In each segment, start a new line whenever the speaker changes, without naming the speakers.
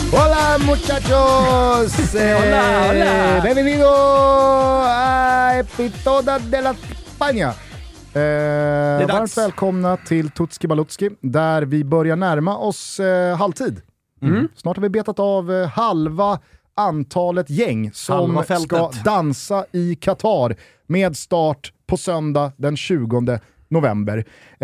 Hola muchachos!
Hola.
Bienvenido a Episoda de la España. Varmt välkomna till Tutski Balutski, där vi börjar närma oss halvtid. Snart har vi betat av halva antalet gäng som ska dansa i Qatar med start på söndag den 20 november.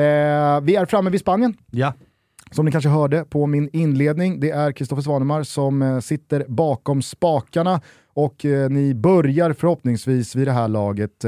Vi är framme vid Spanien.
Ja.
Som ni kanske hörde på min inledning, det är Kristoffer Svanemar som sitter bakom spakarna och ni börjar förhoppningsvis vid det här laget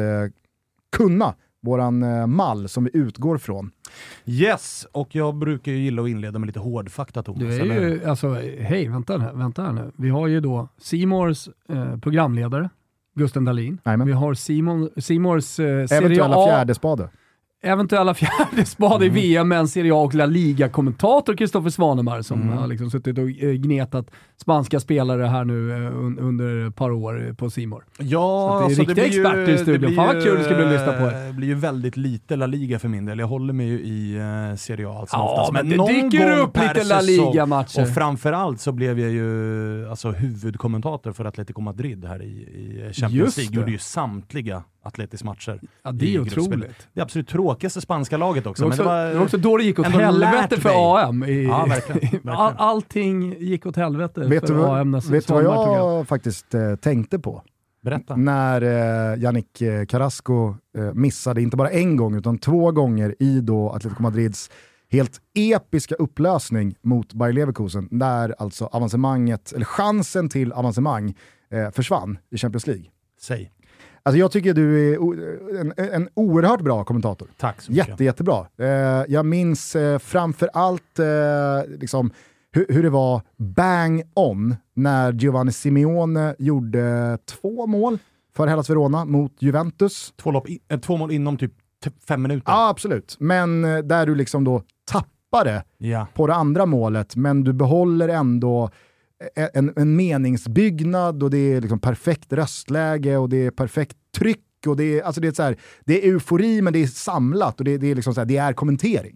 kunna våran mall som vi utgår från.
Yes, och jag brukar ju gilla att inleda med lite hårdfakta, Thomas.
Du är ju, alltså, hej, vänta här nu. Vi har ju då C-Mores programledare, Gusten Dahlin.
Amen.
Vi har C-Mores
eventuella fjärdespade.
Eventuella fjärdespade i VM, men Serie A och La Liga-kommentator Kristoffer Svanemar som har liksom suttit och gnetat spanska spelare här nu under ett par år på C-More.
Ja,
så det är riktiga experter i studion. Fan vad kul det ska bli att lyssna på
det blir ju väldigt lite La Liga för min del. Jag håller mig ju i Serie A.
Ja, men det dyker upp lite La Liga-matcher.
Och framförallt så blev jag ju huvudkommentator för Atletico Madrid här i Champions League. Gjorde ju samtliga Atletis matcher.
Ja, det är otroligt.
Det är absolut tråkigaste spanska laget också.
Det var också då det gick åt helvete för AM.
Ja, verkligen.
Allting gick åt helvete för AM.
Vet du vad jag faktiskt tänkte på?
Berätta.
När Yannick Carrasco missade inte bara en gång utan 2 gånger i då Atletico Madrids helt episka upplösning mot Bayer Leverkusen, där alltså avancemanget, eller chansen till avancemang försvann i Champions League.
Säg.
Alltså jag tycker du är en oerhört bra kommentator.
Tack så mycket.
Jättebra. Jag minns framför allt liksom hur det var bang on när Giovanni Simeone gjorde 2 mål för Hellas Verona mot Juventus.
2 mål inom typ 5 minuter.
Ja, absolut. Men där du liksom då tappade på det andra målet, men du behåller ändå en meningsbyggnad och det är liksom perfekt röstläge och det är perfekt tryck och det är, alltså det är så här, det är eufori men det är samlat och det är liksom så här, det är kommentering.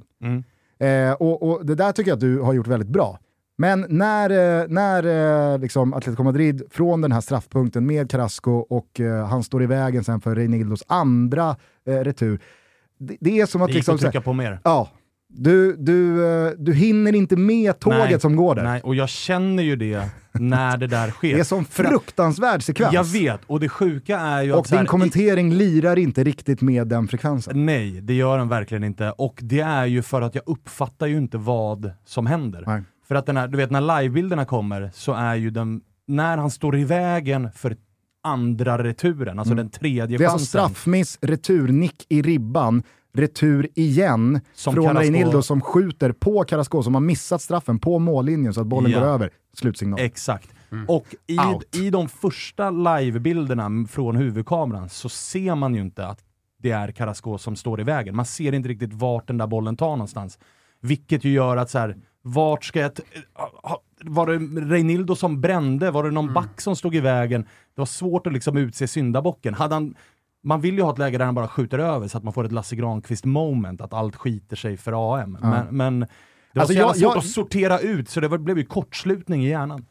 Och det där tycker jag att du har gjort väldigt bra. Men när liksom Atletico Madrid från den här straffpunkten med Carrasco och han står i vägen sen för Reinildos andra retur, det är som att
det gick
liksom
att trycka på mer.
Ja. Du hinner inte med tåget som går där.
Nej, och jag känner ju det när det där sker.
Det är som fruktansvärd sekvens.
Jag vet, och det sjuka är ju
och att din kommentering lirar inte riktigt med den frekvensen.
Nej, det gör den verkligen inte. Och det är ju för att jag uppfattar ju inte vad som händer.
Nej.
För att du vet, när livebilderna kommer så är ju när han står i vägen för andra returen, alltså den tredje chansen.
Det är alltså straffmiss, returnick i ribban, retur igen som från Reinildo som skjuter på Carrasco som har missat straffen på mållinjen så att bollen går över. Slutsignal.
Exakt. Och i de första livebilderna från huvudkameran så ser man ju inte att det är Carrasco som står i vägen. Man ser inte riktigt vart den där bollen tar någonstans. Vilket ju gör att så här, vart ska jag... Var det Reinildo som brände? Var det någon back som stod i vägen? Det var svårt att liksom utse syndabocken. Man vill ju ha ett läge där han bara skjuter över så att man får ett Lasse Granqvist moment, att allt skiter sig för AM. Men det var alltså så svårt att sortera ut, så det blev ju kortslutning i hjärnan.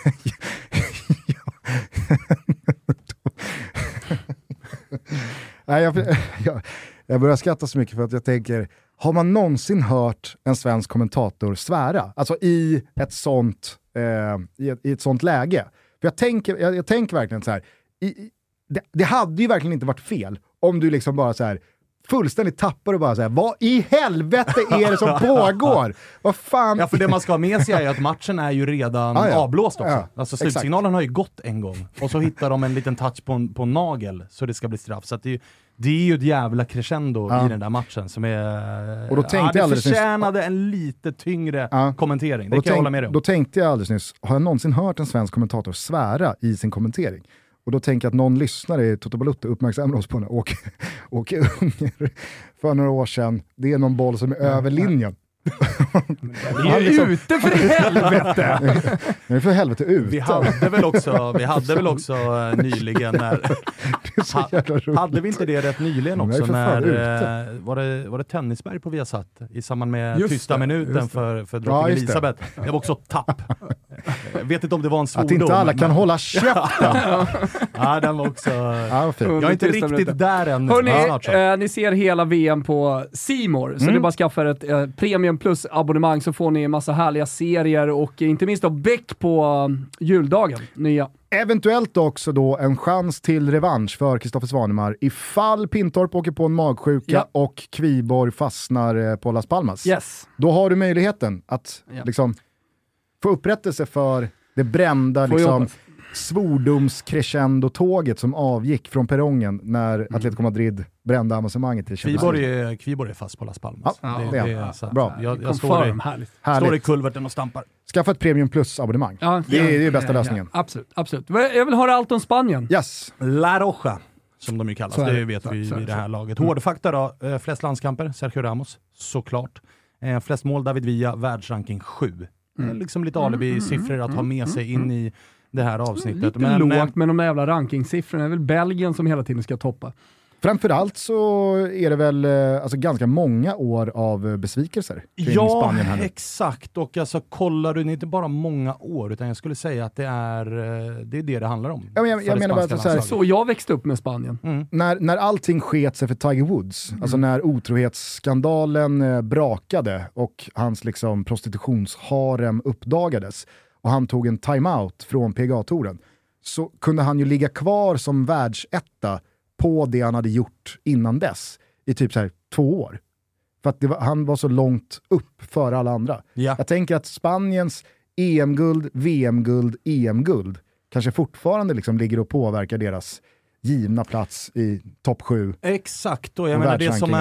Nej, jag börjar skratta så mycket för att jag tänker, har man någonsin hört en svensk kommentator svära? Alltså i ett sånt läge. För jag tänker verkligen så här, det hade ju verkligen inte varit fel om du liksom bara så här fullständigt tappar och bara säga vad i helvete är det som pågår? Vad fan?
Ja, för det man ska ha med sig är att matchen är ju redan avblåst också.
Ja,
alltså slutsignalen har ju gått en gång. Och så hittar de en liten touch på en nagel så det ska bli straff. Så att det är ju ett jävla crescendo i den där matchen som är...
Och då tänkte jag alldeles
förtjänade en lite tyngre kommentering. Det kan jag hålla med dig om.
Då tänkte jag alldeles nyss, har jag någonsin hört en svensk kommentator svära i sin kommentering? Och då tänker jag att någon lyssnare i Toto Balutto uppmärksammar oss på den Åke Unger för några år sedan. Det är någon boll som är över linjen.
Vi är liksom ute för helvete!
Jag är för helvete ute.
Vi hade väl också nyligen när... hade vi inte det rätt nyligen också? När, var det Tennisberg på Viasat i samband med tysta minuten för drottning Elisabeth? Det var också tapp. Jag vet inte om det var en svordom.
Att inte alla kan hålla käften.
Ja, den var också...
Ja,
jag är inte riktigt där än.
Hörrni, ni ser hela VM på C More, så det är bara att skaffa ett Premium Plus-abonnemang så får ni en massa härliga serier och inte minst då Beck på juldagen, nya.
Eventuellt också då en chans till revansch för Kristoffer Svanemar ifall Pintorp åker på en magsjuka och Kviborg fastnar på Las Palmas.
Yes.
Då har du möjligheten att liksom få upprättelse för det brända liksom, svordomscrescendo-tåget som avgick från perrongen när Atletico Madrid brände avancemanget till Champions League.
Kviborg är fast på Las Palmas.
Ja, det är så
bra. Jag står i kulverten och stampar.
Skaffa ett Premium Plus-abonnemang. Ja, det är bästa lösningen.
Absolut. Jag vill höra allt om Spanien.
Yes.
La Roja, som de ju kallas. Det vet vi i det här laget. Hårdfakta då. Flest landskamper, Sergio Ramos, såklart. Flest mål, David Villa, världsranking 7. Liksom lite alibi-siffror att ha med sig in i det här avsnittet.
Lite lågt med de jävla rankingsiffrorna. Det är väl Belgien som hela tiden ska toppa.
Framförallt så är det väl alltså ganska många år av besvikelser kring Spanien här nu.
Exakt. Och alltså kollar du, det är inte bara många år, utan jag skulle säga att det är det handlar om.
Ja, jag menar bara
så jag växte upp med Spanien.
När allting sket sig för Tiger Woods, alltså när otrohetsskandalen brakade och hans liksom prostitutionsharem uppdagades och han tog en timeout från PGA-touren, så kunde han ju ligga kvar som världsetta på det han hade gjort innan dess i typ så här 2 år. För att han var så långt upp för alla andra. Ja. Jag tänker att Spaniens EM-guld, VM-guld, EM-guld kanske fortfarande liksom ligger och påverkar deras givna plats i topp 7.
Exakt, och jag menar det som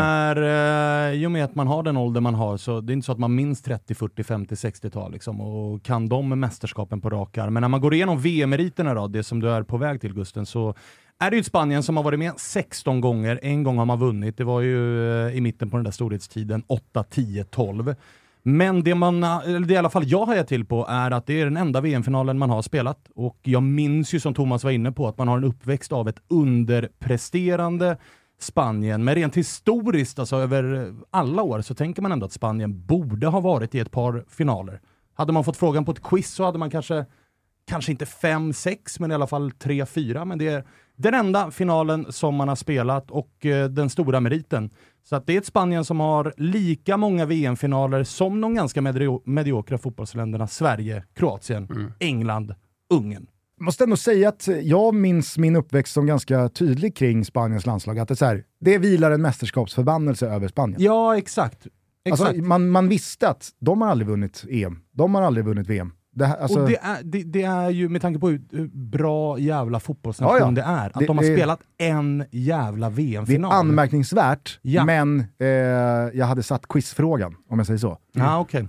är ju med att man har den ålder man har, så det är inte så att man minns 30, 40, 50, 60-tal liksom, och kan de med mästerskapen på rakar. Men när man går igenom VM-meriterna då, det som du är på väg till Gusten, så är det ju Spanien som har varit med 16 gånger. En gång har man vunnit. Det var ju i mitten på den där storhetstiden 8, 10, 12. Men det i alla fall jag hajar till på är att det är den enda VM-finalen man har spelat. Och jag minns ju, som Thomas var inne på, att man har en uppväxt av ett underpresterande Spanien. Men rent historiskt, alltså över alla år, så tänker man ändå att Spanien borde ha varit i ett par finaler. Hade man fått frågan på ett quiz så hade man kanske inte 5-6, men i alla fall 3-4. Men det är den enda finalen som man har spelat och den stora meriten. Så att det är ett Spanien som har lika många VM-finaler som de ganska mediokra fotbollsländerna Sverige, Kroatien, England, Ungern.
Jag måste ändå säga att jag minns min uppväxt som ganska tydlig kring Spaniens landslag. Att det vilar en mästerskapsförbannelse över Spanien.
Ja, exakt.
Alltså, man visste att de har aldrig vunnit EM. De har aldrig vunnit VM.
Och det är ju med tanke på hur bra jävla fotbollsnation det är. Att de har spelat en jävla VM-final.
Det är anmärkningsvärt, men jag hade satt quizfrågan, om jag säger så.
Ja, okej.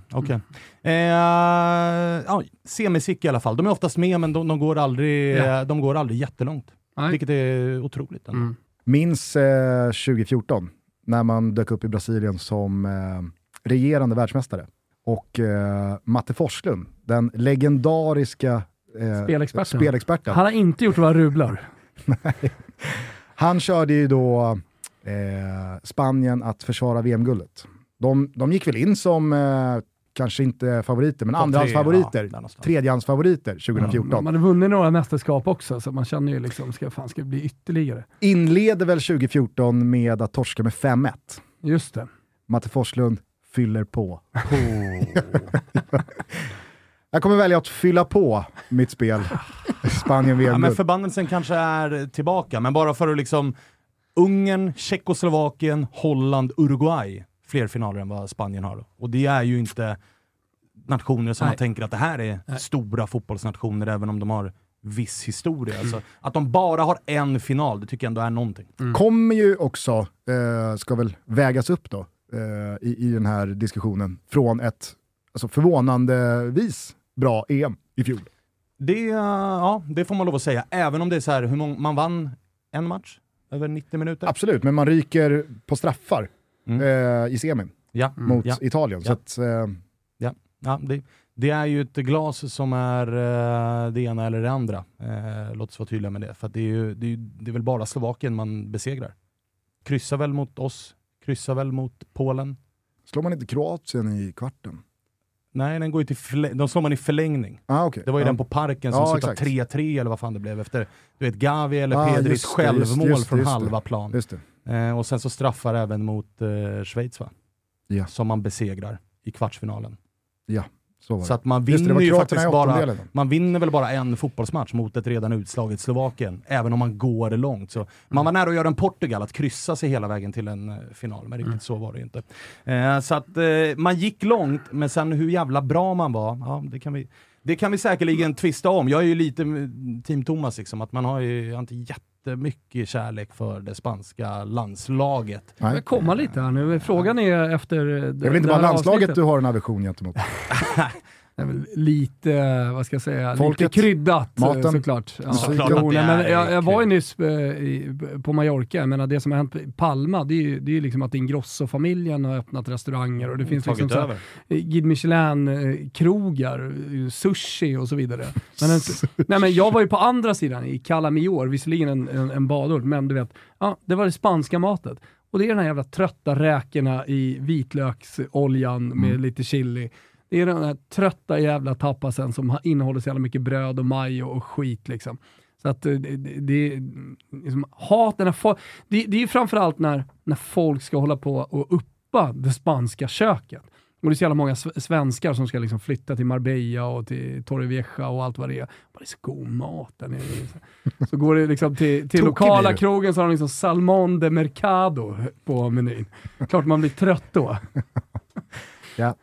Semisick i alla fall. De är oftast med, men de går aldrig jättelångt. Nej. Vilket är otroligt.
Minns 2014, när man dök upp i Brasilien som regerande världsmästare. Och Matte Forslund, den legendariska spelexperten.
Han har inte gjort några rublar.
Nej. Han körde ju då Spanien att försvara VM-guldet. De gick väl in som kanske inte favoriter, men andrahandsfavoriter, tredjehandsfavoriter 2014.
Man har vunnit några mästerskap också, så man känner ju liksom, ska det bli ytterligare.
Inleder väl 2014 med att torska med 5-1.
Just det.
Matte Forslund fyller på. Jag kommer välja att fylla på mitt spel. Spanien VM.
Ja, men förbannelsen kanske är tillbaka, men bara för att liksom Ungern, Tjeckoslovakien, Holland, Uruguay, fler finaler än vad Spanien har. Och det är ju inte nationer som man tänker att det här är stora fotbollsnationer, även om de har viss historia. Alltså, att de bara har en final, det tycker jag ändå är någonting.
Kommer ju också, ska väl vägas upp då, i den här diskussionen från ett förvånandevis bra EM i fjol.
Det får man lov att säga. Även om det är så här, hur många, man vann en match över 90 minuter.
Absolut, men man ryker på straffar i semin mot Italien. Så att,
det är ju ett glas som är det ena eller det andra. Låt oss vara tydliga med det. För att det är väl bara Slovakien man besegrar. Kryssar väl mot oss. Kryssar väl mot Polen.
Slår man inte Kroatien i kvarten?
Nej, den går ju till de slår man i förlängning.
Okay.
Det var ju den på Parken som slutade 3-3 eller vad fan det blev efter, du vet, Gavi eller Pedris självmål från halva plan.
Just det.
Och sen så straffar även mot Schweiz, va?
Ja.
Som man besegrar i kvartsfinalen.
Ja.
Så att man vinner ju faktiskt man vinner väl bara en fotbollsmatch mot ett redan utslaget Slovakien, även om man går långt. Så man var nära att göra en Portugal, att kryssa sig hela vägen till en final, men riktigt så var det ju inte. Så att man gick långt, men sen hur jävla bra man var, ja, det kan vi säkerligen tvista om. Jag är ju lite Team Thomas liksom, att man har ju inte jättemycket kärlek för det spanska landslaget.
Jag kommer lite här nu. Frågan är efter...
Det är väl inte bara landslaget du har en aversion gentemot?
Det är väl lite, vad ska jag säga,
folket,
lite kryddat,
maten,
såklart. Ja,
såklart
men jag var ju nyss på Mallorca. Jag menar, det som har hänt i Palma, det är ju liksom att Ingrosso-familjen har öppnat restauranger och det finns liksom så Guide Michelin-krogar, sushi och så vidare. Men jag var ju på andra sidan i Cala Mior, visserligen en badort, men du vet, det var det spanska matet. Och det är den här jävla trötta räkorna i vitlöksoljan med lite chili. Det är den här trötta jävla tapasen som innehåller så jävla mycket bröd och majo och skit liksom. Så att det är liksom, det är ju framförallt när folk ska hålla på och uppa det spanska köket. Och det är så jävla många svenskar som ska liksom flytta till Marbella och till Torrevieja och allt vad det är. Det är så god mat. Så går det liksom till lokala krogen, så har de liksom Salmon de Mercado på menyn. Klart man blir trött då.
Ja.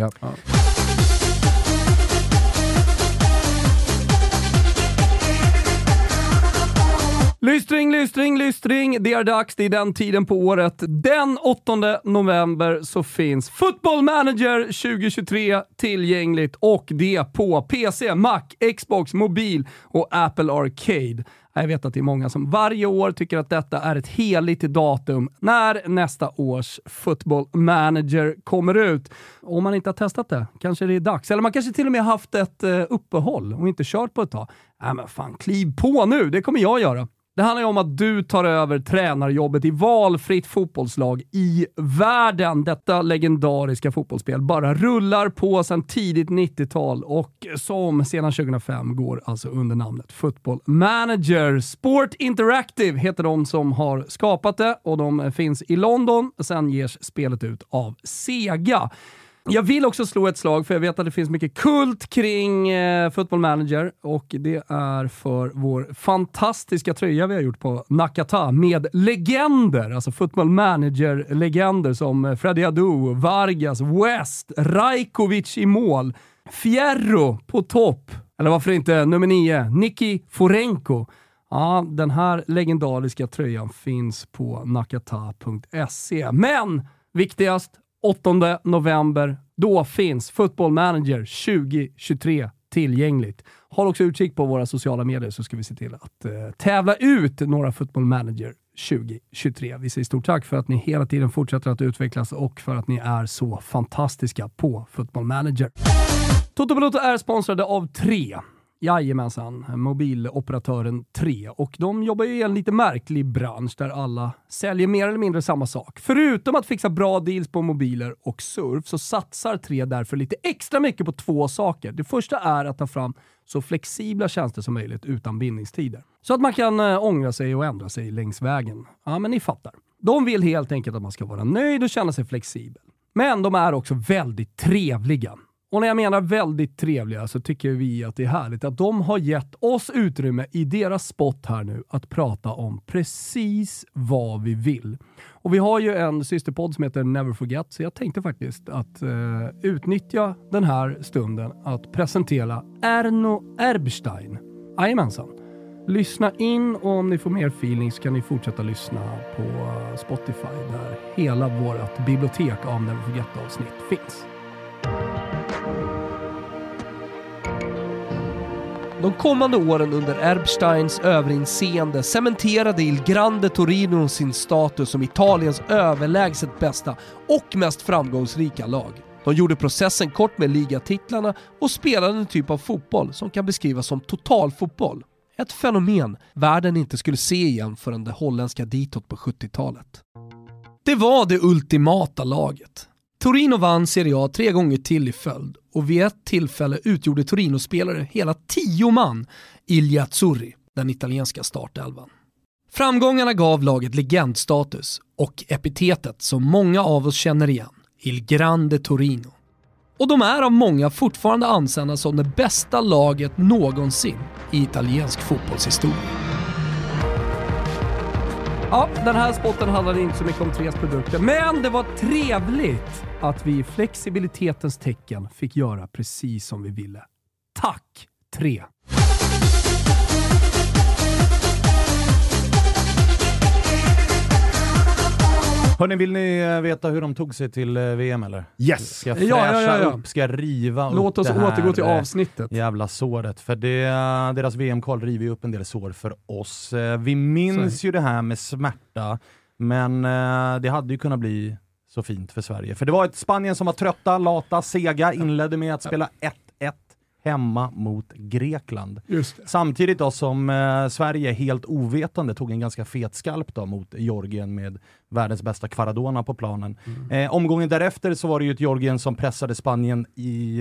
Lystring. Det är dags, det är den tiden på året. Den 8 november så finns Football Manager 2023 tillgängligt, och det på PC, Mac, Xbox, mobil och Apple Arcade. Jag vet att det är många som varje år tycker att detta är ett heligt datum när nästa års Football Manager kommer ut. Om man inte har testat det, kanske det är dags. Eller man kanske till och med haft ett uppehåll och inte kört på ett tag. Men fan, kliv på nu, det kommer jag göra. Det handlar ju om att du tar över tränarjobbet i valfritt fotbollslag i världen. Detta legendariska fotbollsspel bara rullar på sedan tidigt 90-tal och som sedan 2005 går alltså under namnet Football Manager. Sport Interactive heter de som har skapat det, och de finns i London. Sen ges spelet ut av Sega. Jag vill också slå ett slag, för jag vet att det finns mycket kult kring Football Manager, och det är för vår fantastiska tröja vi har gjort på Nakata med legender, alltså Football Manager-legender som Freddy Adu, Vargas, West, Rajkovic i mål, Fierro på topp, eller varför inte nummer 9, Niki Forenko. Ja, den här legendariska tröjan finns på nakata.se. Men viktigast, 8 november, då finns Football Manager 2023 tillgängligt. Håll också utkik på våra sociala medier, så ska vi se till att tävla ut några Football Manager 2023. Vi säger stort tack för att ni hela tiden fortsätter att utvecklas och för att ni är så fantastiska på Football Manager. Toto Balotto är sponsrade av 3. Jajamensan, mobiloperatören 3. Och de jobbar ju i en lite märklig bransch där alla säljer mer eller mindre samma sak. Förutom att fixa bra deals på mobiler och surf, så satsar 3 därför lite extra mycket på 2 saker. Det första är att ta fram så flexibla tjänster som möjligt utan bindningstider. Så att man kan ångra sig och ändra sig längs vägen. Ja, men ni fattar. De vill helt enkelt att man ska vara nöjd och känna sig flexibel. Men de är också väldigt trevliga. Och när jag menar väldigt trevliga, så tycker vi att det är härligt att de har gett oss utrymme i deras spot här nu att prata om precis vad vi vill. Och vi har ju en systerpodd som heter Never Forget, så jag tänkte faktiskt att utnyttja den här stunden att presentera Erno Erbstein. Jajamensan. Lyssna in, och om ni får mer feeling så kan ni fortsätta lyssna på Spotify där hela vårt bibliotek av Never Forget-avsnitt finns.
De kommande åren under Erbsteins överinseende cementerade Il Grande Torino sin status som Italiens överlägset bästa och mest framgångsrika lag. De gjorde processen kort med ligatitlarna och spelade en typ av fotboll som kan beskrivas som totalfotboll. Ett fenomen världen inte skulle se igen förrän det holländska ditåt på 70-talet. Det var det ultimata laget. Torino vann Serie A 3 gånger till i följd och vid ett tillfälle utgjorde Torino-spelare hela 10 man i gli azzurri, den italienska startelvan. Framgångarna gav laget legendstatus och epitetet som många av oss känner igen, Il Grande Torino. Och de är av många fortfarande ansedda som det bästa laget någonsin i italiensk fotbollshistoria.
Ja, den här spotten handlade inte så mycket om Tres produkter, men det var trevligt att vi i flexibilitetens tecken fick göra precis som vi ville. Tack, Tre!
Hörrni, vill ni veta hur de tog sig till VM eller?
Yes!
Ska jag fräscha upp, ska jag riva
Låt
upp
oss
det här
återgå till avsnittet.
Jävla såret. För deras VM-kval river ju upp en del sår för oss. Vi minns ju det här med smärta, men det hade ju kunnat bli så fint för Sverige. För det var ett Spanien som var trötta, lata, sega, inledde med att spela 1-1 hemma mot Grekland. Samtidigt då som Sverige helt ovetande tog en ganska fet skalp då mot Georgien med världens bästa Kvaradona på planen. Omgången därefter så var det ju ett Georgien som pressade Spanien i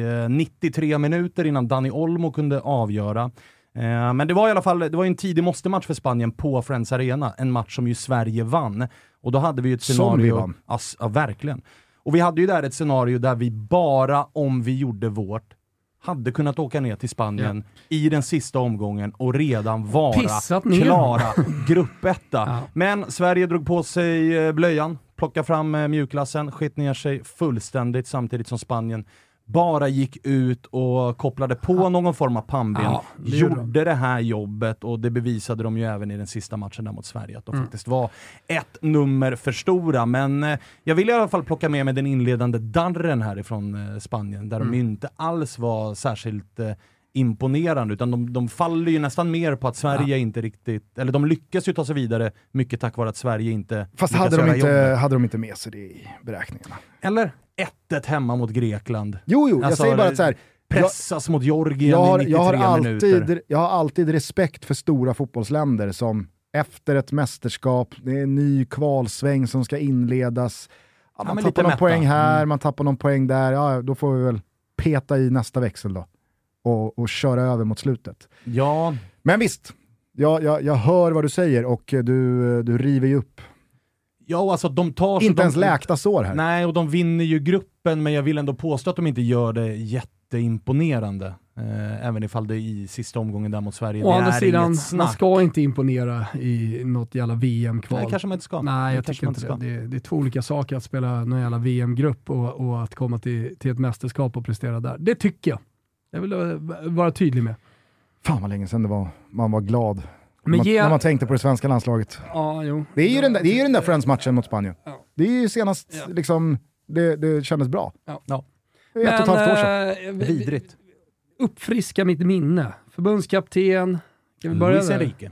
93 minuter innan Dani Olmo kunde avgöra. Men det var i alla fall, det var en tidig måste-match för Spanien på Friends Arena. En match som ju Sverige vann. Och då hade vi ju ett scenario... Ja, verkligen. Och vi hade ju där ett scenario där vi bara, om vi gjorde vårt, hade kunnat åka ner till Spanien i den sista omgången och redan vara klara gruppetta. Men Sverige drog på sig blöjan, plockade fram mjukglassen, skit ner sig fullständigt samtidigt som Spanien bara gick ut och kopplade på någon form av pannben, gjorde det här jobbet, och det bevisade de ju även i den sista matchen där mot Sverige, att de faktiskt var ett nummer för stora. Men jag vill i alla fall plocka med mig den inledande darren härifrån Spanien, där de inte alls var särskilt imponerande, utan de faller ju nästan mer på att Sverige inte riktigt, eller de lyckas ju ta sig vidare mycket tack vare att Sverige inte...
Fast hade de inte med sig det i beräkningarna?
Eller 1-1 hemma mot Grekland.
Jo, alltså, jag säger bara att så här,
pressas mot Georgien i 93 minuter.
Jag har alltid respekt för stora fotbollsländer som efter ett mästerskap, det är en ny kvalsväng som ska inledas. Ja, man tappar någon poäng här, man tappar någon poäng där. Ja, då får vi väl peta i nästa växel då. Och köra över mot slutet.
Ja.
Men visst, jag hör vad du säger och du river ju upp.
Ja, alltså de tar...
Inte ens läkta sår här.
Nej, och de vinner ju gruppen, men jag vill ändå påstå att de inte gör det jätteimponerande. Även ifall det i sista omgången där mot Sverige,
å
det
andra
är
sidan,
inget snack.
Man ska inte imponera i något jävla VM-kval.
Nej, kanske man inte ska.
Nej, jag tycker inte det. Det är två olika saker att spela någon jävla VM-grupp och att komma till ett mästerskap och prestera där. Det tycker jag. Jag vill vara tydlig med.
Fan vad länge sedan man var glad. När man tänkte på det svenska landslaget.
Ja, jo.
Det är ju den där Friends-matchen mot Spanien. Ja. Det är ju senast liksom, det kändes bra.
Ja.
1,5 år sedan.
Vidrigt.
Uppfriska mitt minne. Förbundskapten. Kan vi börja
Luis Enrique.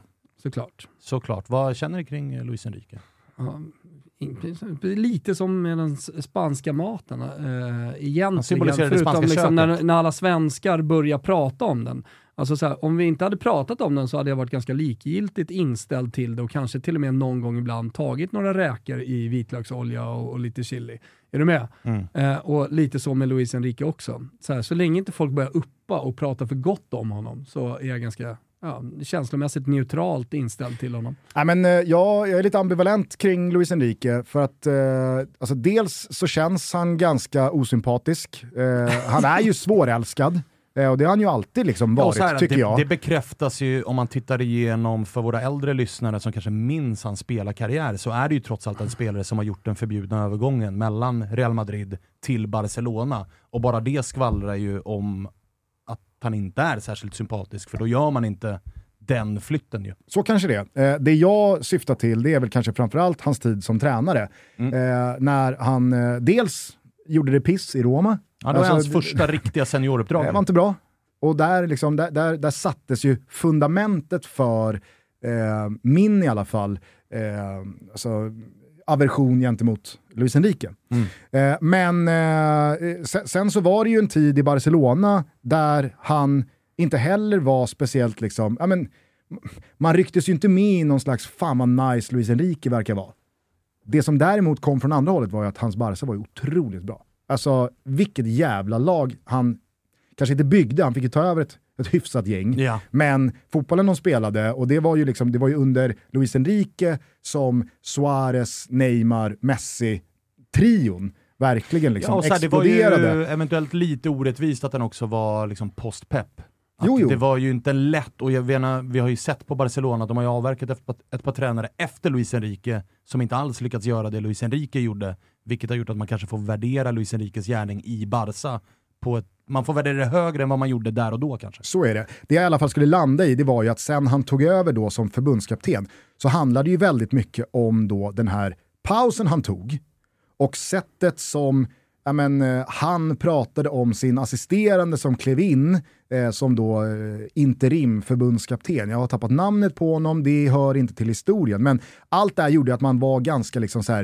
Såklart. Vad känner du kring Luis Enrique?
Ja, lite som med den spanska maten egentligen, förutom liksom när alla svenskar börjar prata om den. Alltså så här, om vi inte hade pratat om den så hade jag varit ganska likgiltigt inställd till det och kanske till och med någon gång ibland tagit några räkor i vitlöksolja och lite chili. Är du med? Och lite så med Luis Enrique också. Så länge inte folk börjar uppa och prata för gott om honom så är jag ganska känslomässigt neutralt inställd till honom.
Ja, men, jag är lite ambivalent kring Luis Enrique för att alltså, dels så känns han ganska osympatisk. Han är ju svårälskad. Och det har han ju alltid liksom varit, tycker jag.
Det bekräftas ju om man tittar igenom för våra äldre lyssnare som kanske minns hans spelarkarriär, så är det ju trots allt en spelare som har gjort den förbjudna övergången mellan Real Madrid till Barcelona. Och bara det skvallrar ju om att han inte är särskilt sympatisk, för då gör man inte den flytten ju.
Så kanske det. Det jag syftar till, det är väl kanske framförallt hans tid som tränare. När han dels gjorde det piss i Roma.
Ja, det var hans första riktiga senioruppdrag.
Det var inte bra. Och där, liksom, där sattes ju fundamentet för min i alla fall alltså, aversion gentemot Luis Enrique. Men sen så var det ju en tid i Barcelona där han inte heller var speciellt liksom, ja, men, man rycktes ju inte med i någon slags fan vad nice Luis Enrique verkar vara. Det som däremot kom från andra hållet var ju att hans Barca var ju otroligt bra. Alltså vilket jävla lag han kanske inte byggde, han fick ju ta över ett hyfsat gäng.
Ja.
Men fotbollen de spelade, och det var ju under Luis Enrique som Suarez, Neymar, Messi-trion verkligen liksom exploderade.
Det var ju eventuellt lite orättvist att den också var liksom post-Pep.
Jo.
Det var ju inte lätt, och vi har ju sett på Barcelona att de har ju avverkat ett par tränare efter Luis Enrique som inte alls lyckats göra det Luis Enrique gjorde, vilket har gjort att man kanske får värdera Luis Enriques gärning i Barca man får värdera det högre än vad man gjorde där och då kanske.
Så är det. Det jag i alla fall skulle landa i, det var ju att sen han tog över då som förbundskapten så handlade det ju väldigt mycket om då den här pausen han tog och sättet som han pratade om sin assisterande som klev in som då interim förbundskapten. Jag har tappat namnet på honom, det hör inte till historien, men allt det här gjorde att man var ganska liksom så här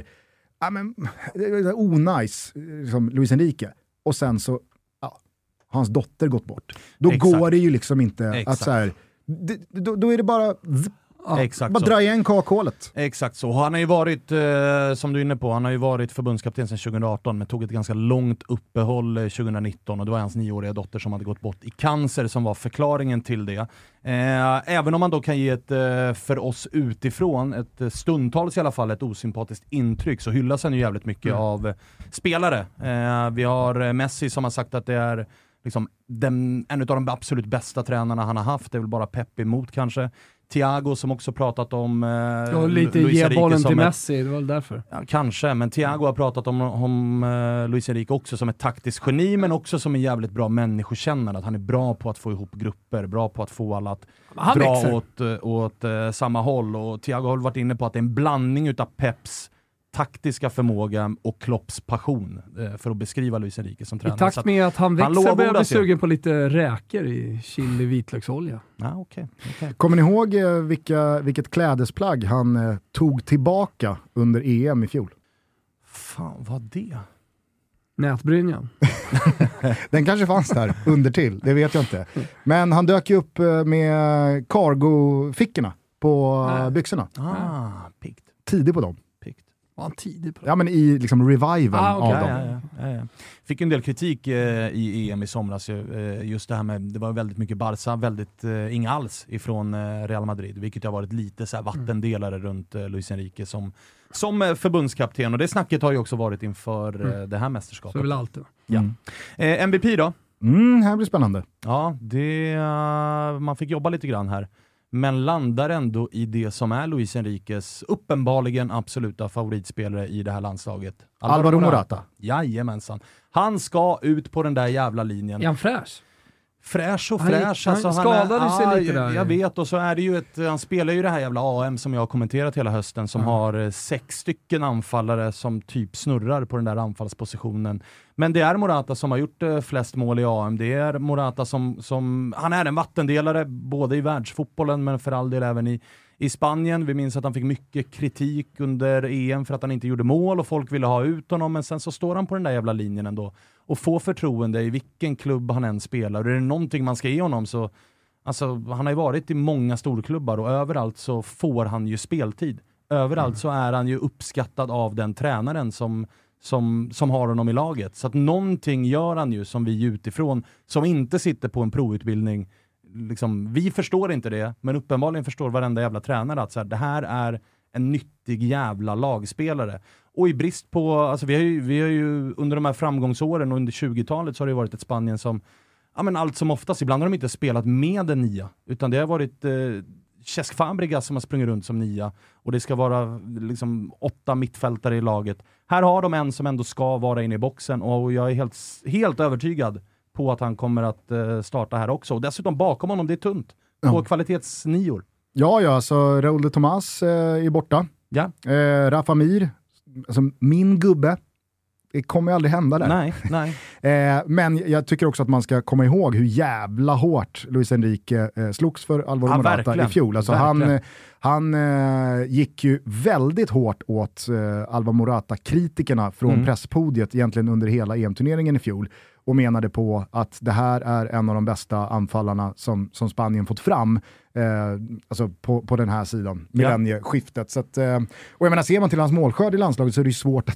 onajs som Luis Enrique. Och sen så hans dotter gått bort. Då går det ju liksom inte att så här, då är det bara bara dra igen kakhålet.
Exakt så. Han har ju varit, som du är inne på, han har ju varit förbundskapten sedan 2018 men tog ett ganska långt uppehåll 2019 och det var hans 9-åriga dotter som hade gått bort i cancer som var förklaringen till det. Även om man då kan ge ett, för oss utifrån, ett stundtals i alla fall, ett osympatiskt intryck, så hyllas han ju jävligt mycket av spelare. Vi har Messi som har sagt att det är liksom en av de absolut bästa tränarna han har haft, det är väl bara Pep emot kanske. Thiago som också pratat om
lite
Luis
ge
Enrique
bollen
som
till Messi, det var väl därför.
Ja, kanske, men Thiago har pratat om Luis Enrique också som ett taktiskt geni, men också som en jävligt bra människokännare, att han är bra på att få ihop grupper, bra på att få alla att dra åt samma håll, och Thiago har varit inne på att det är en blandning utav Peps taktiska förmåga och Klopps passion för att beskriva Luis Enrique som tränare.
I takt med att han växer börjar bli sugen på lite räkor i chili vitlöksolja.
Ja, okay.
Kommer ni ihåg vilket klädesplagg han tog tillbaka under EM i fjol?
Fan, vad det?
Nätbrynjan.
Den kanske fanns där under till, det vet jag inte. Men han dök ju upp med cargo-fickorna på byxorna.
Pikt.
Tidig på dem.
Var han tidig på det?
Ja, men i liksom reviven av dem.
Ja. Fick en del kritik i EM i somras. Just det här med, det var väldigt mycket Barca, väldigt inga alls ifrån Real Madrid, vilket har varit lite så här vattendelare runt Luis Enrique som förbundskapten. Och det snacket har ju också varit inför det här mästerskapet.
Så är väl alltid.
Ja. MVP då?
Här blir spännande.
Ja, man fick jobba lite grann här. Men landar ändå i det som är Luis Enriques uppenbarligen absoluta favoritspelare i det här landslaget.
Alvaro Morata.
Jajamensan. Han ska ut på den där jävla linjen.
Är han fräsch?
Fräsch och fräsch.
Han skadade sig lite där.
Jag vet, och så är det ju han spelar ju det här jävla AM som jag har kommenterat hela hösten, som har 6 stycken anfallare som typ snurrar på den där anfallspositionen. Men det är Morata som har gjort flest mål i AM. Det är Morata som han är en vattendelare både i världsfotbollen men för all del även i Spanien. Vi minns att han fick mycket kritik under EM för att han inte gjorde mål och folk ville ha ut honom, men sen så står han på den där jävla linjen ändå och får förtroende i vilken klubb han än spelar. Och är det någonting man ska ge honom så, alltså, han har ju varit i många storklubbar och överallt så får han ju speltid. Överallt så är han ju uppskattad av den tränaren som har honom i laget. Så att någonting gör han ju som vi utifrån, som inte sitter på en provutbildning. Liksom, vi förstår inte det, men uppenbarligen förstår varenda jävla tränare att så här, det här är en nyttig jävla lagspelare. Och i brist på, alltså vi har ju under de här framgångsåren och under 20-talet så har det varit ett Spanien som, ja men allt som oftast, ibland har de inte spelat med en nia, utan det har varit Cesc Fabregas som har sprungit runt som nia, och det ska vara liksom 8 mittfältare i laget. Här har de en som ändå ska vara inne i boxen, och jag är helt övertygad på att han kommer att starta här också. Och dessutom bakom honom, det är tunt. På kvalitetsnior.
Ja, alltså Raúl de Tomás är borta.
Ja.
Rafa Mir, alltså min gubbe, det kommer ju aldrig hända där.
Nej.
Men jag tycker också att man ska komma ihåg hur jävla hårt Luis Enrique slogs för Alvaro Morata
verkligen.
I fjol. Alltså han gick ju väldigt hårt åt Alvaro Morata-kritikerna från presspodiet egentligen under hela EM-turneringen i fjol, och menade på att det här är en av de bästa anfallarna som Spanien fått fram alltså på den här sidan, millennieskiftet. Så att, och jag menar, ser man till hans målskörd i landslaget så är det ju svårt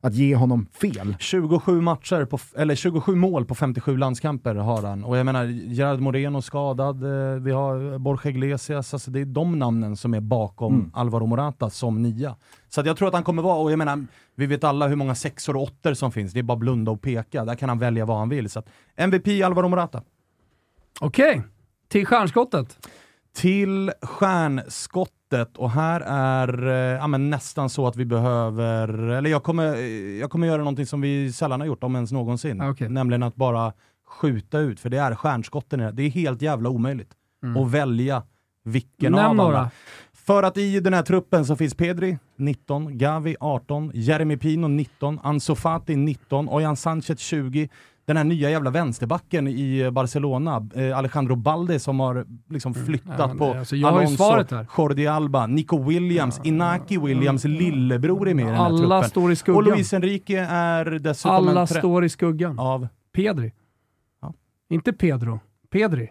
att ge honom fel.
27 mål på 57 landskamper har han. Och jag menar, Gerard Moreno skadad, vi har Borja Iglesias, alltså det är de namnen som är bakom Alvaro Morata som 9. Så att jag tror att han kommer vara, och jag menar, vi vet alla hur många 6or och 8 som finns, det är bara blunda och peka, där kan han välja vad han vill. Så att MVP Alvaro Morata.
Okej, till stjärnskottet.
Till stjärnskottet, och här är nästan så att vi behöver, eller jag kommer göra någonting som vi sällan har gjort, om ens någonsin. Nämligen att bara skjuta ut, för det är stjärnskotten. Det är helt jävla omöjligt att välja vilken av alla. För att i den här truppen så finns Pedri 19, Gavi 18, Jeremy Pino 19, Ansu Fati 19, Ojan Sanchez 20. Den här nya jävla vänsterbacken i Barcelona, Alejandro Balde, som har liksom flyttat på Alonso, Jordi Alba, Nico Williams, Inaki Williams lillebror är med i den här truppen.
Alla står i skuggan.
Och Luis Enrique är dessutom
alla står i skuggan av Pedri. Ja. Inte Pedro. Pedri.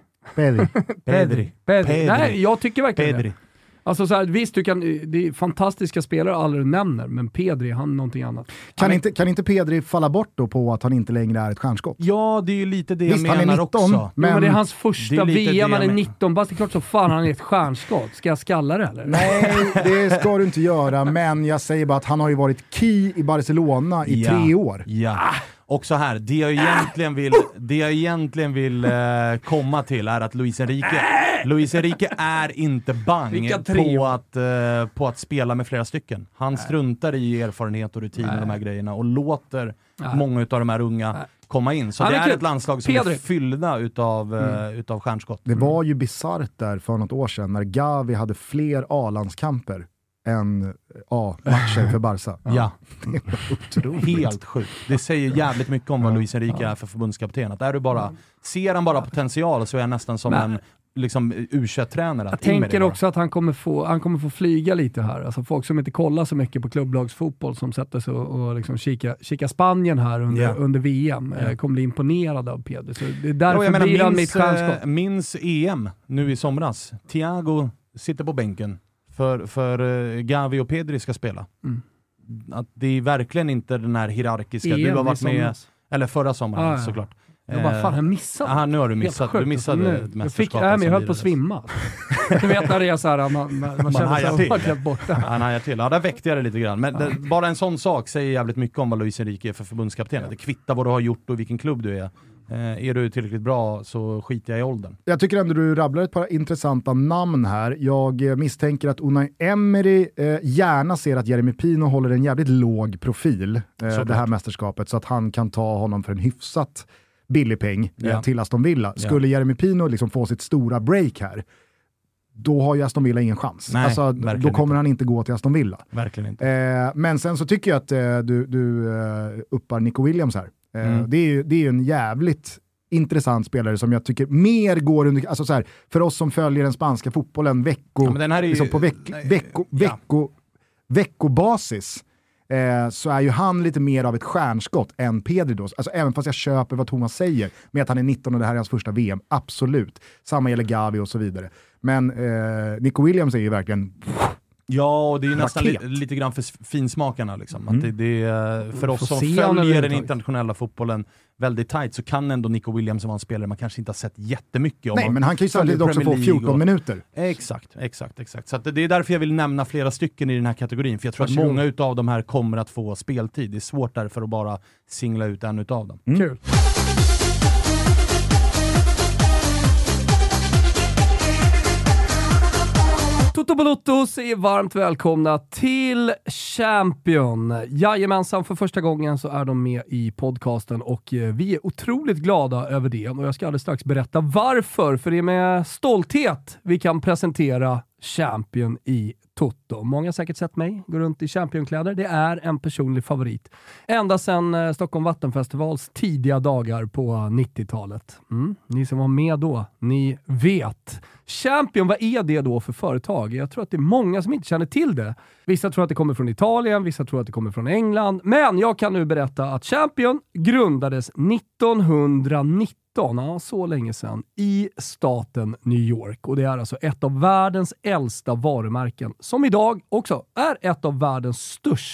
Nej, jag tycker verkligen det. Alltså så här, visst, det är fantastiska spelare alla du nämner, men Pedri, han är någonting annat.
Kan inte Pedri falla bort då på att han inte längre är ett stjärnskott?
Ja, det är ju lite det
visst,
jag menar 19, också.
Men det är hans första VM, han är 19, bara det är klart så fan han är ett stjärnskott. Ska jag skalla det eller?
Nej, det ska du inte göra, men jag säger bara att han har ju varit key i Barcelona i 3 år.
Ja. Och så här, det jag egentligen vill komma till är att Luis Enrique är inte bang på att spela med flera stycken. Han struntar i erfarenhet och rutin och de här grejerna och låter många av de här unga komma in. Så det är ett landslag som är fyllda utav stjärnskott.
Det var ju bizarrt där för något år sedan när Gavi hade fler A-landskamper än A-matcher för Barca.
Ja.
Det är otroligt.
Helt sjukt. Det säger jävligt mycket om vad Luis Enrique är för förbundskapten. Att ser han bara potential så är han nästan som en liksom U21-tränare.
Jag tänker också att han kommer få flyga lite här. Alltså folk som inte kollar så mycket på klubblagsfotboll som sätter sig och liksom kika Spanien här under VM kommer bli imponerade av Pedro. Så det är därför blir han mitt stjärnskott.
Minns EM nu i somras. Thiago sitter på bänken för Gavi och Pedri ska spela. Att det är verkligen inte den här hierarkiska. Du har varit med, eller förra sommaren såklart.
Jag bara, fan, jag missade.
Nu har du missat. Du missade mästerskapet.
Jag höll på att svimma. Du vet när det är så här, man känner sig helt borta.
Han hajar till. Ja, där väckte jag det lite grann. Men bara en sån sak säger jävligt mycket om vad Luis Enrique är för förbundskapten. Det kvittar vad du har gjort och vilken klubb du är. Är du tillräckligt bra så skiter jag i åldern.
Jag tycker ändå du rabblar ett par intressanta namn här. Jag misstänker att Unai Emery gärna ser att Jeremy Pino håller en jävligt låg profil det här mästerskapet, så att han kan ta honom för en hyfsat billig peng till Aston Villa. Skulle Jeremy Pino liksom få sitt stora break här, då har ju Aston Villa ingen chans.
Nej,
alltså, då kommer han inte gå till Aston Villa.
Verkligen inte.
Men sen så tycker jag att du uppar Nico Williams här. Det är ju en jävligt intressant spelare som jag tycker mer går under, alltså så här, för oss som följer den spanska fotbollen veckobasis, så är ju han lite mer av ett stjärnskott än Pedri då. Alltså även fast jag köper vad Thomas säger med att han är 19 och det här är hans första VM, absolut. Samma gäller Gavi och så vidare. Men Nico Williams är ju verkligen...
Ja, och det är ju nästan lite grann för finsmakarna liksom. Att det är, för oss som följer den internationella fotbollen väldigt tight, så kan ändå Nico Williams vara en spelare man kanske inte har sett jättemycket om.
Nej, men han kan ju samtidigt också få 14 minuter.
Exakt. Så att det är därför jag vill nämna flera stycken i den här kategorin, för jag tror att många utav de här kommer att få speltid. Det är svårt därför att bara singla ut en utav dem.
Kul. Toto Balottos är varmt välkomna till Champion. Jajamensan, för första gången så är de med i podcasten och vi är otroligt glada över det. Och jag ska alldeles strax berätta varför, för det är med stolthet vi kan presentera Champion i Toto. Många har säkert sett mig gå runt i Championkläder. Det är en personlig favorit. Ända sedan Stockholm Vattenfestivals tidiga dagar på 90-talet. Ni som var med då, ni vet. Champion, vad är det då för företag? Jag tror att det är många som inte känner till det. Vissa tror att det kommer från Italien, vissa tror att det kommer från England. Men jag kan nu berätta att Champion grundades 1919. Så länge sedan, i staten New York. Och det är alltså ett av världens äldsta varumärken, som idag också är ett av världens största.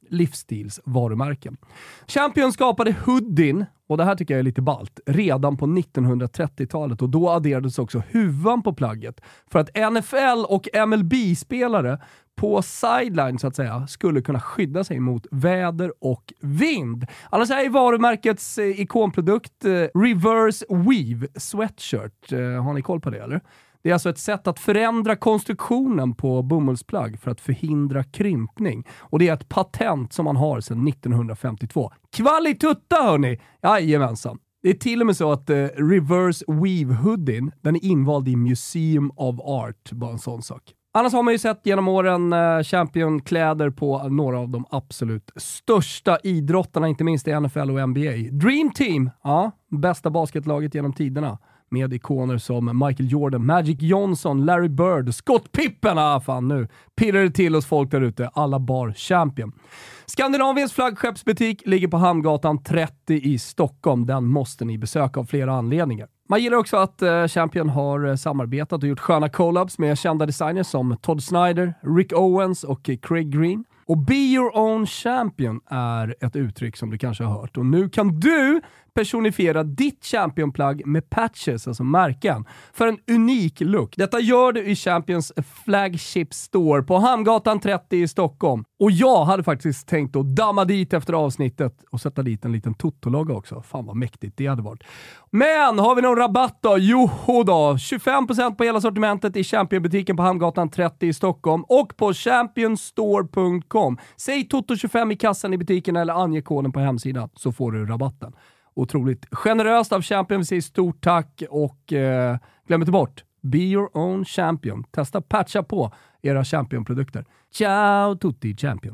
livsstilsvarumärken. Champion skapade hoodien, och det här tycker jag är lite ballt, redan på 1930-talet, och då adderades också huvan på plagget för att NFL och MLB-spelare på sideline så att säga skulle kunna skydda sig mot väder och vind. Annars är varumärkets ikonprodukt Reverse Weave Sweatshirt. Har ni koll på det eller? Det är alltså ett sätt att förändra konstruktionen på bomullsplagg för att förhindra krympning. Och det är ett patent som man har sedan 1952. Kvalitutta hörni! Jajamensan. Det är till och med så att Reverse Weave Hoodien, den är invald i Museum of Art. Bara en sån sak. Annars har man ju sett genom åren Champion-kläder på några av de absolut största idrottarna, inte minst i NFL och NBA. Dream Team, ja, bästa basketlaget genom tiderna. Med ikoner som Michael Jordan, Magic Johnson, Larry Bird, Scott Pippen. Fan nu pirrar det till hos folk där ute. Alla bar Champion. Skandinaviens flaggskeppsbutik ligger på Hamngatan 30 i Stockholm. Den måste ni besöka av flera anledningar. Man gillar också att Champion har samarbetat och gjort sköna collabs med kända designers som Todd Snyder, Rick Owens och Craig Green. Och Be Your Own Champion är ett uttryck som du kanske har hört. Och nu kan du personifiera ditt Champion-plagg med patches, alltså märken, för en unik look. Detta gör du i Champions flagship store på Hamngatan 30 i Stockholm. Och jag hade faktiskt tänkt att damma dit efter avsnittet och sätta dit en liten Toto-logga också. Fan vad mäktigt det hade varit. Men har vi någon rabatt då? Jo då, 25% på hela sortimentet i Champion-butiken på Hamngatan 30 i Stockholm och på championstore.com. Säg Toto25 i kassan i butiken eller ange koden på hemsidan så får du rabatten. Otroligt generöst av Champion. Vi säger stort tack och glöm inte bort Be Your Own Champion. Testa patcha på era Champion-produkter. Ciao tutti Champion.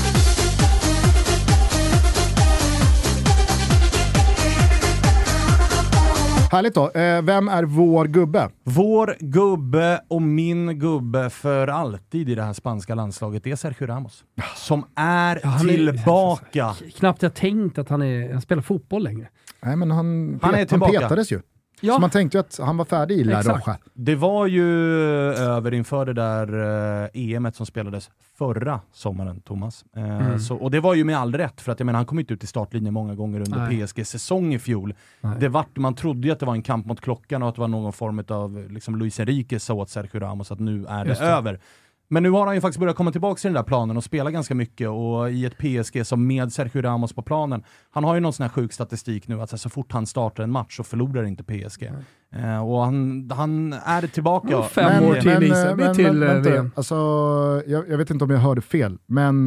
Härligt då. Vem är vår gubbe?
Vår gubbe och min gubbe för alltid i det här spanska landslaget är Sergio Ramos. Som är tillbaka.
Knappt jag tänkt att han spelar fotboll längre.
Nej, men han
tillbaka.
petades ju.
Ja.
Så man tänkte ju att han var färdig i La Roja.
Det var ju över inför det där EMet som spelades förra sommaren, Thomas. Och det var ju med all rätt, för att jag menar, han kom inte ut i startlinjen många gånger under PSG-säsong i fjol. Man trodde ju att det var en kamp mot klockan och att det var någon form av liksom, Luis Enrique sa åt Sergio Ramos att nu är det över. Men nu har han ju faktiskt börjat komma tillbaka till den där planen och spela ganska mycket, och i ett PSG som med Sergio Ramos på planen, han har ju någon sån här sjuk statistik nu att så fort han startar en match så förlorar inte PSG. Och han är tillbaka.
5 år till VM.
Alltså, jag vet inte om jag hörde fel, men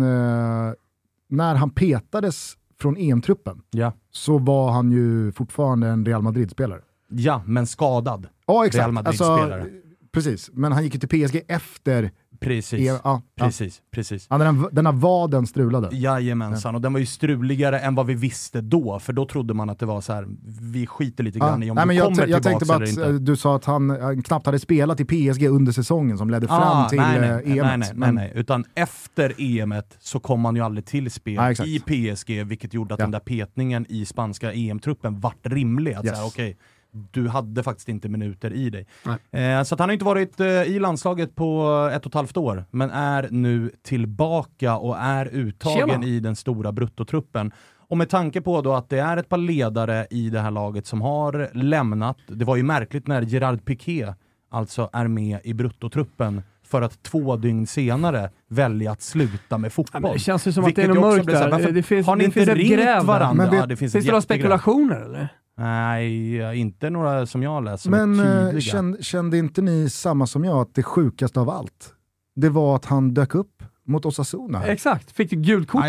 när han petades från EM-truppen så var han ju fortfarande en Real Madrid-spelare.
Ja, men skadad.
Ja, exakt.
Real Madrid-spelare.
Alltså, precis, men han gick ju till PSG efter.
Precis. Precis.
Ja, den här vaden strulade.
Jajamensan, och den var ju struligare än vad vi visste då, för då trodde man att det var så här: vi skiter lite grann i om vi kommer
jag tänkte bara
eller inte.
Att du sa att han knappt hade spelat i PSG under säsongen som ledde fram till EMet.
Nej, utan efter EMet så kom han ju aldrig till spel i PSG, vilket gjorde att den där petningen i spanska EM-truppen vart rimlig. Att säga, okej, du hade faktiskt inte minuter i dig. Så att han har inte varit i landslaget på 1,5 år, men är nu tillbaka och är uttagen i den stora bruttotruppen. Och med tanke på då att det är ett par ledare i det här laget som har lämnat. Det var ju märkligt när Gerard Piqué alltså är med i bruttotruppen för att 2 dygn senare välja att sluta med fotboll.
Det känns ju som att det är något mörkt där.
Har ni inte ringt varandra?
Men finns det några spekulationer eller?
Nej, inte några som jag läser.
Men kände inte ni samma som jag att det sjukaste av allt, det var att han dök upp mot Osasuna?
Exakt, fick du gult kort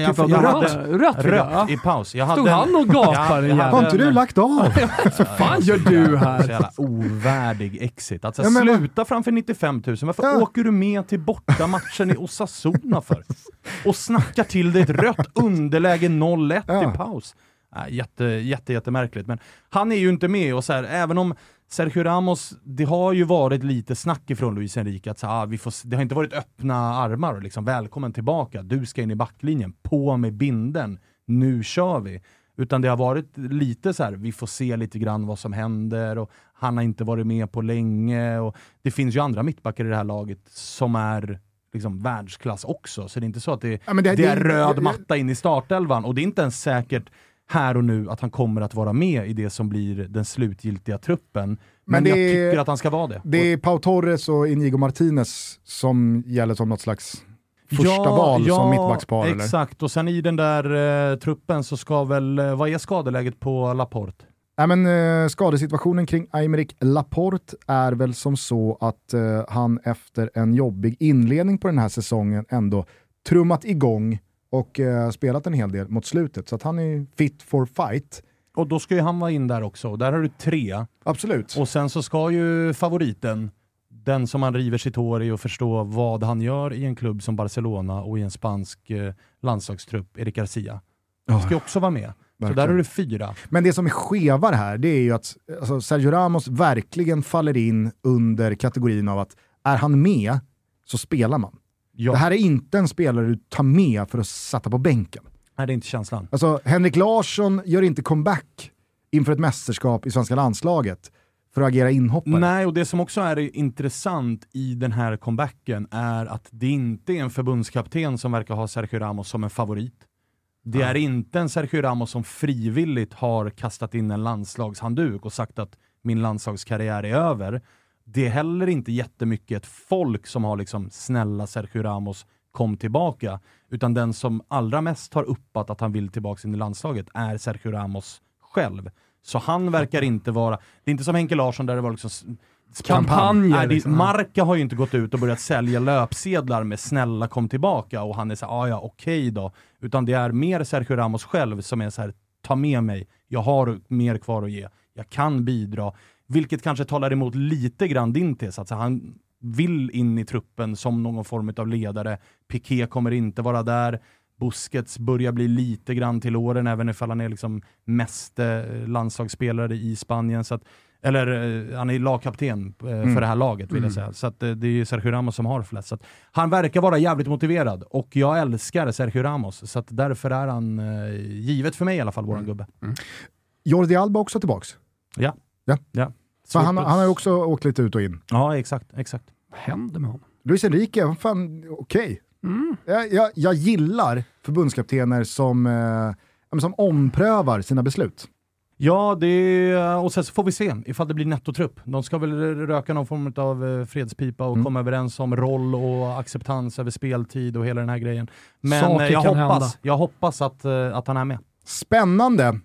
rött i paus.
Stod han och gapade?
Har inte du lagt av?
Vad fan gör du här?
Så jävla ovärdig exit. Alltså, sluta framför 95 000. Varför åker du med till bortamatchen i Osasuna för? Och snackar till dig ett rött underläge 0-1 i paus. Jättemärkligt, men han är ju inte med, och så här, även om Sergio Ramos, det har ju varit lite snack ifrån Luis Enrique att det har inte varit öppna armar och liksom välkommen tillbaka, du ska in i backlinjen, på med binden, nu kör vi, utan det har varit lite så här, vi får se lite grann vad som händer, och han har inte varit med på länge, och det finns ju andra mittbackar i det här laget som är liksom världsklass också. Så det är inte så att det är röd matta in i startelvan. Och det är inte ens säkert här och nu att han kommer att vara med i det som blir den slutgiltiga truppen. Men jag tycker att han ska vara det.
Det är Pau Torres och Inigo Martinez som gäller som något slags första val som mittbackspar.
Exakt. Eller? Och sen i den där truppen så ska väl, vad är skadeläget på Laporte?
Skadesituationen kring Aymeric Laporte är väl som så att han efter en jobbig inledning på den här säsongen ändå trummat igång och spelat en hel del mot slutet. Så att han är fit for fight.
Och då ska ju han vara in där också. Där har du 3.
Absolut.
Och sen så ska ju favoriten, den som han river sitt hår i och förstå vad han gör i en klubb som Barcelona och i en spansk landslagstrupp, Eric Garcia. Han ska också vara med. Så där är det 4.
Men det som är skevar här, det är ju att alltså, Sergio Ramos verkligen faller in under kategorin av att är han med så spelar man. Ja. Det här är inte en spelare du tar med för att sätta på bänken.
Nej, det är inte känslan.
Alltså, Henrik Larsson gör inte comeback inför ett mästerskap i svenska landslaget för att agera inhoppare.
Nej, och det som också är intressant i den här comebacken är att det inte är en förbundskapten som verkar ha Sergio Ramos som en favorit. Det är inte en Sergio Ramos som frivilligt har kastat in en landslagshandduk och sagt att min landslagskarriär är över. Det är heller inte jättemycket ett folk som har liksom snälla Sergio Ramos kom tillbaka, utan den som allra mest har uppat att han vill tillbaka in i landslaget är Sergio Ramos själv. Så han verkar inte vara, det är inte som Henke Larsson där det var liksom
kampanjer.
Liksom. Marca har ju inte gått ut och börjat sälja löpsedlar med snälla kom tillbaka och han är så här, okej då. Utan det är mer Sergio Ramos själv som är så här, ta med mig, jag har mer kvar att ge, jag kan bidra. Vilket kanske talar emot lite grann din tes, att han vill in i truppen som någon form av ledare. Piqué kommer inte vara där. Busquets börjar bli lite grann till åren, även ifall han är liksom mest landslagsspelare i Spanien. Så att, eller han är lagkapten för det här laget vill jag säga. Så att, det är ju Sergio Ramos som har flest. Så att, han verkar vara jävligt motiverad och jag älskar Sergio Ramos. Så att därför är han givet för mig i alla fall, våran gubbe.
Jordi Alba också tillbaks?
Ja.
Så han har ju också åkt lite ut och in.
Ja, exakt.
Vad händer med honom?
Luis Enrique, vad fan, okej. Jag gillar förbundskaptener som omprövar sina beslut.
Ja, och sen så får vi se ifall det blir nettotrupp. De ska väl röka någon form av fredspipa och komma överens om roll och acceptans över speltid och hela den här grejen. Men jag hoppas att han är med.
Spännande.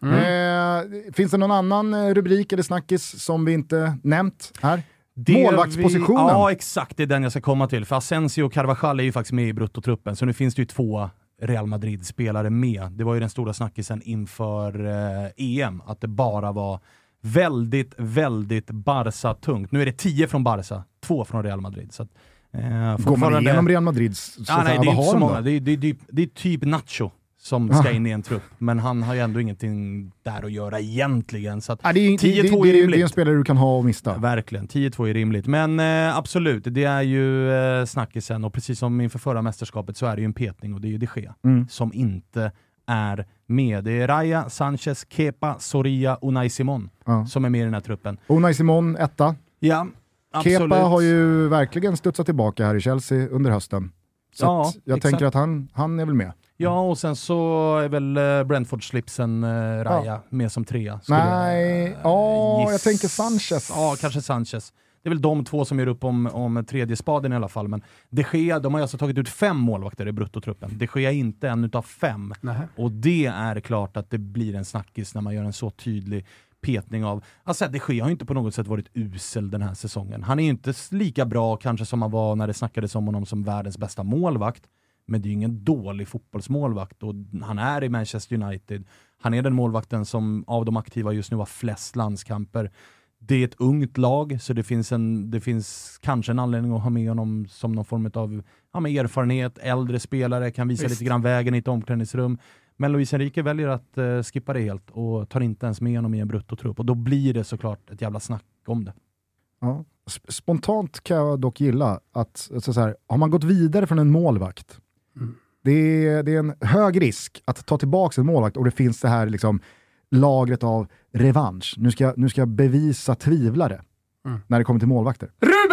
Finns det någon annan rubrik eller snackis som vi inte nämnt här? Målvaktspositionen.
Ja, exakt. Det är den jag ska komma till. För Asensio och Carvajal är ju faktiskt med i bruttotruppen. Så nu finns det ju 2 Real Madrid-spelare med. Det var ju den stora snackisen inför EM. Att det bara var väldigt, väldigt Barca-tungt. Nu är det 10 från Barca, 2 från Real Madrid. Så att,
går man igenom Real Madrids?
Det är inte så många. Det är typ Nacho som ska in i en trupp. Men han har ju ändå ingenting där att göra egentligen. Så att 10-2 är rimligt.
Det är en spelare du kan ha och mista.
Verkligen, 10-2 är rimligt. Men absolut, det är ju snackisen. Och precis som inför förra mästerskapet så är det ju en petning. Och det är ju De Gea som inte är med. Det är Raya, Sanchez, Kepa, Soria, Unai Simon som är med i den här truppen.
Unai Simon, 1.
Ja, absolut.
Kepa har ju verkligen studsat tillbaka här i Chelsea under hösten. Så jag tänker att han är väl med.
Ja, och sen så är väl Brentford-slipsen Raya med som 3.
Jag tänker Sanchez.
Ja, kanske Sanchez. Det är väl de 2 som gör upp om tredje spaden i alla fall. Men De Gea, de har alltså tagit ut 5 målvakter i bruttotruppen. De Gea är inte en utav 5. Och det är klart att det blir en snackis när man gör en så tydlig petning av. Alltså De Gea har ju inte på något sätt varit usel den här säsongen. Han är ju inte lika bra kanske som han var när det snackades om honom som världens bästa målvakt. Men det är ju ingen dålig fotbollsmålvakt och han är i Manchester United. Han är den målvakten som av de aktiva just nu har flest landskamper. Det är ett ungt lag så det finns kanske en anledning att ha med honom som någon form av erfarenhet, äldre spelare, kan visa lite grann vägen i ett omklädningsrum. Men Luis Enrique väljer att skippa det helt och tar inte ens med honom i en bruttotrupp och då blir det såklart ett jävla snack om det.
Ja. Spontant kan jag dock gilla att så här, har man gått vidare från en målvakt det är en hög risk att ta tillbaka en målvakt och det finns det här liksom lagret av revansch. Nu ska jag bevisa tvivlare när det kommer till målvakter.
Ruben!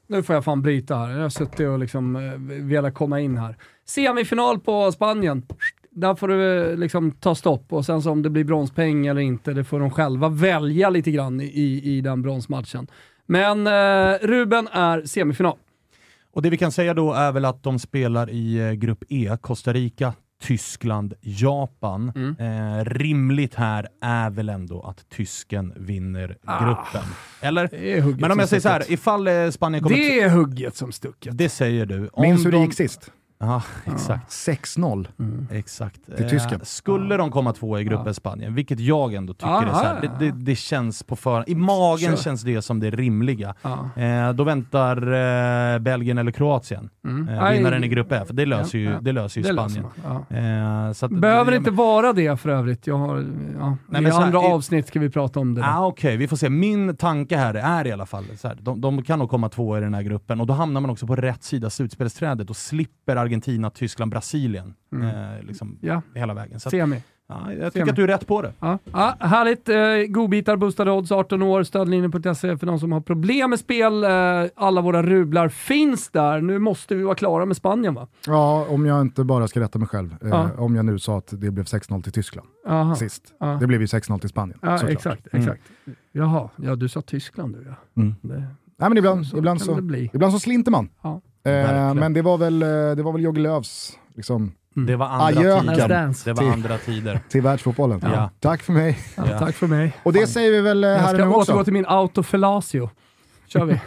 Nu får jag fan bryta här. Jag har suttit och liksom velat komma in här. Semifinal på Spanien. Där får du liksom ta stopp. Och sen så om det blir bronspeng eller inte, det får de själva välja lite grann i den bronsmatchen. Men Ruben är semifinal.
Och det vi kan säga då är väl att de spelar i grupp E. Costa Rica, Tyskland, Japan. Rimligt här är väl ändå att tysken vinner gruppen. Eller? Men om jag säger så här, ifall Spanien kommer...
Det är hugget som stucket.
Det säger du.
Minns hur det gick sist?
Ja, exakt.
6-0.
Exakt.
Till Tyskland.
Skulle de komma två i gruppen Spanien, vilket jag ändå tycker är så här, det känns på förhand. I magen känns det som det rimliga. Då väntar Belgien eller Kroatien. Vinnaren i grupp F. Det löser ju Spanien.
Så att, behöver inte vara det för övrigt. Jag har, i andra avsnitt ska vi prata om det.
Okej, vi får se. Min tanke här är i alla fall så här, de kan nog komma två i den här gruppen och då hamnar man också på rätt sida slutspelsträdet och slipper Argentina, Tyskland, Brasilien hela vägen. Så
Semi.
Jag tycker att du är rätt på det.
Härligt. Godbitar, boostade odds, 18 år, stödlinjen.se för de som har problem med spel. Alla våra rublar finns där. Nu måste vi vara klara med Spanien, va?
Ja, om jag inte bara ska rätta mig själv. Om jag nu sa att det blev 6-0 till Tyskland sist. Det blev ju 6-0 till Spanien.
Exakt. Jaha, du sa Tyskland du,
Nej, men ibland så slinter man. Men det var väl Jogi Lööfs liksom,
det var andra tider
till världsfotbollen. Tack för mig.
Tack för mig.
Och det säger vi väl här nu också.
Jag ska återgå till min autofellatio. Kör vi.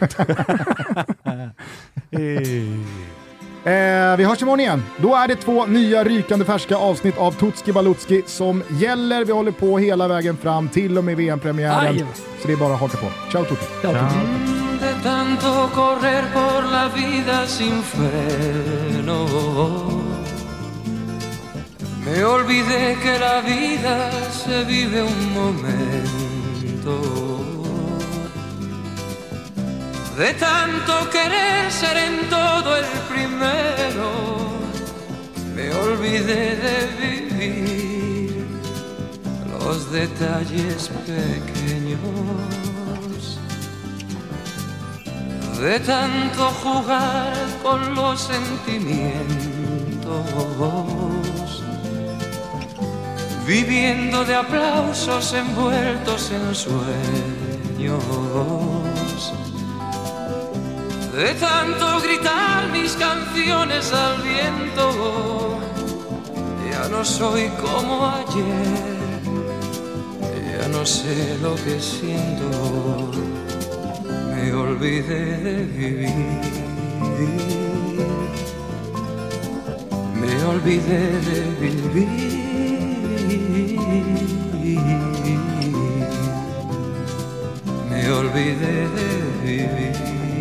Vi hörs imorgon igen. Då är det 2 nya rykande färska avsnitt av Tutski Balutski som gäller. Vi håller på hela vägen fram till och med VM-premiären. Så det är bara att haka på. Ciao Tutti.
Ciao.
De tanto correr por la vida sin freno, me olvidé que la vida se vive un momento. De tanto querer ser en todo el primero, me olvidé de vivir los detalles pequeños. De tanto jugar con los sentimientos, viviendo de aplausos envueltos en sueños. De tanto gritar mis canciones al viento, ya no soy como ayer, ya no sé lo que siento. Me olvidé de vivir, me olvidé de vivir, me olvidé de vivir,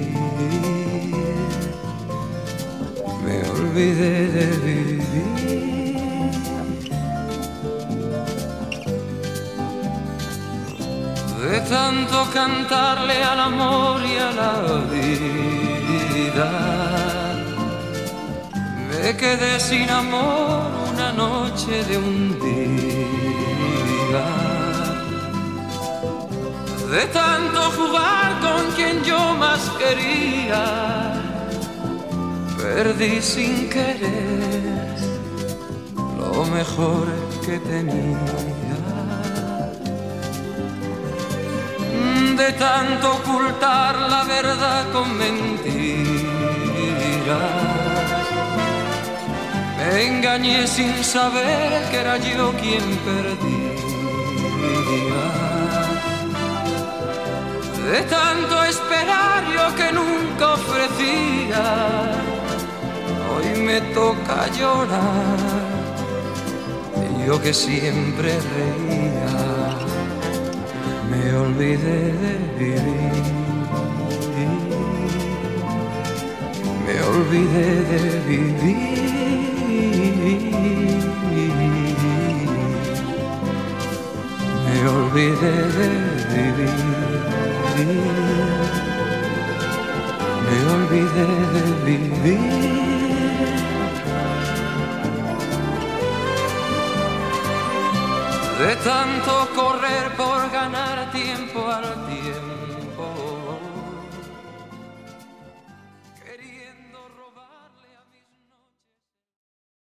me olvidé de vivir. De tanto cantarle al amor y a la vida, me quedé sin amor una noche de un día. De tanto jugar con quien yo más quería, perdí sin querer lo mejor que tenía. De tanto ocultar la verdad con mentiras, me engañé sin saber que era yo quien perdía. De tanto esperar yo que nunca ofrecía, hoy me toca llorar, yo que siempre reía. Me olvidé de vivir, me olvidé de vivir, me olvidé de vivir, me olvidé de vivir. De tanto correr por ganar tiempo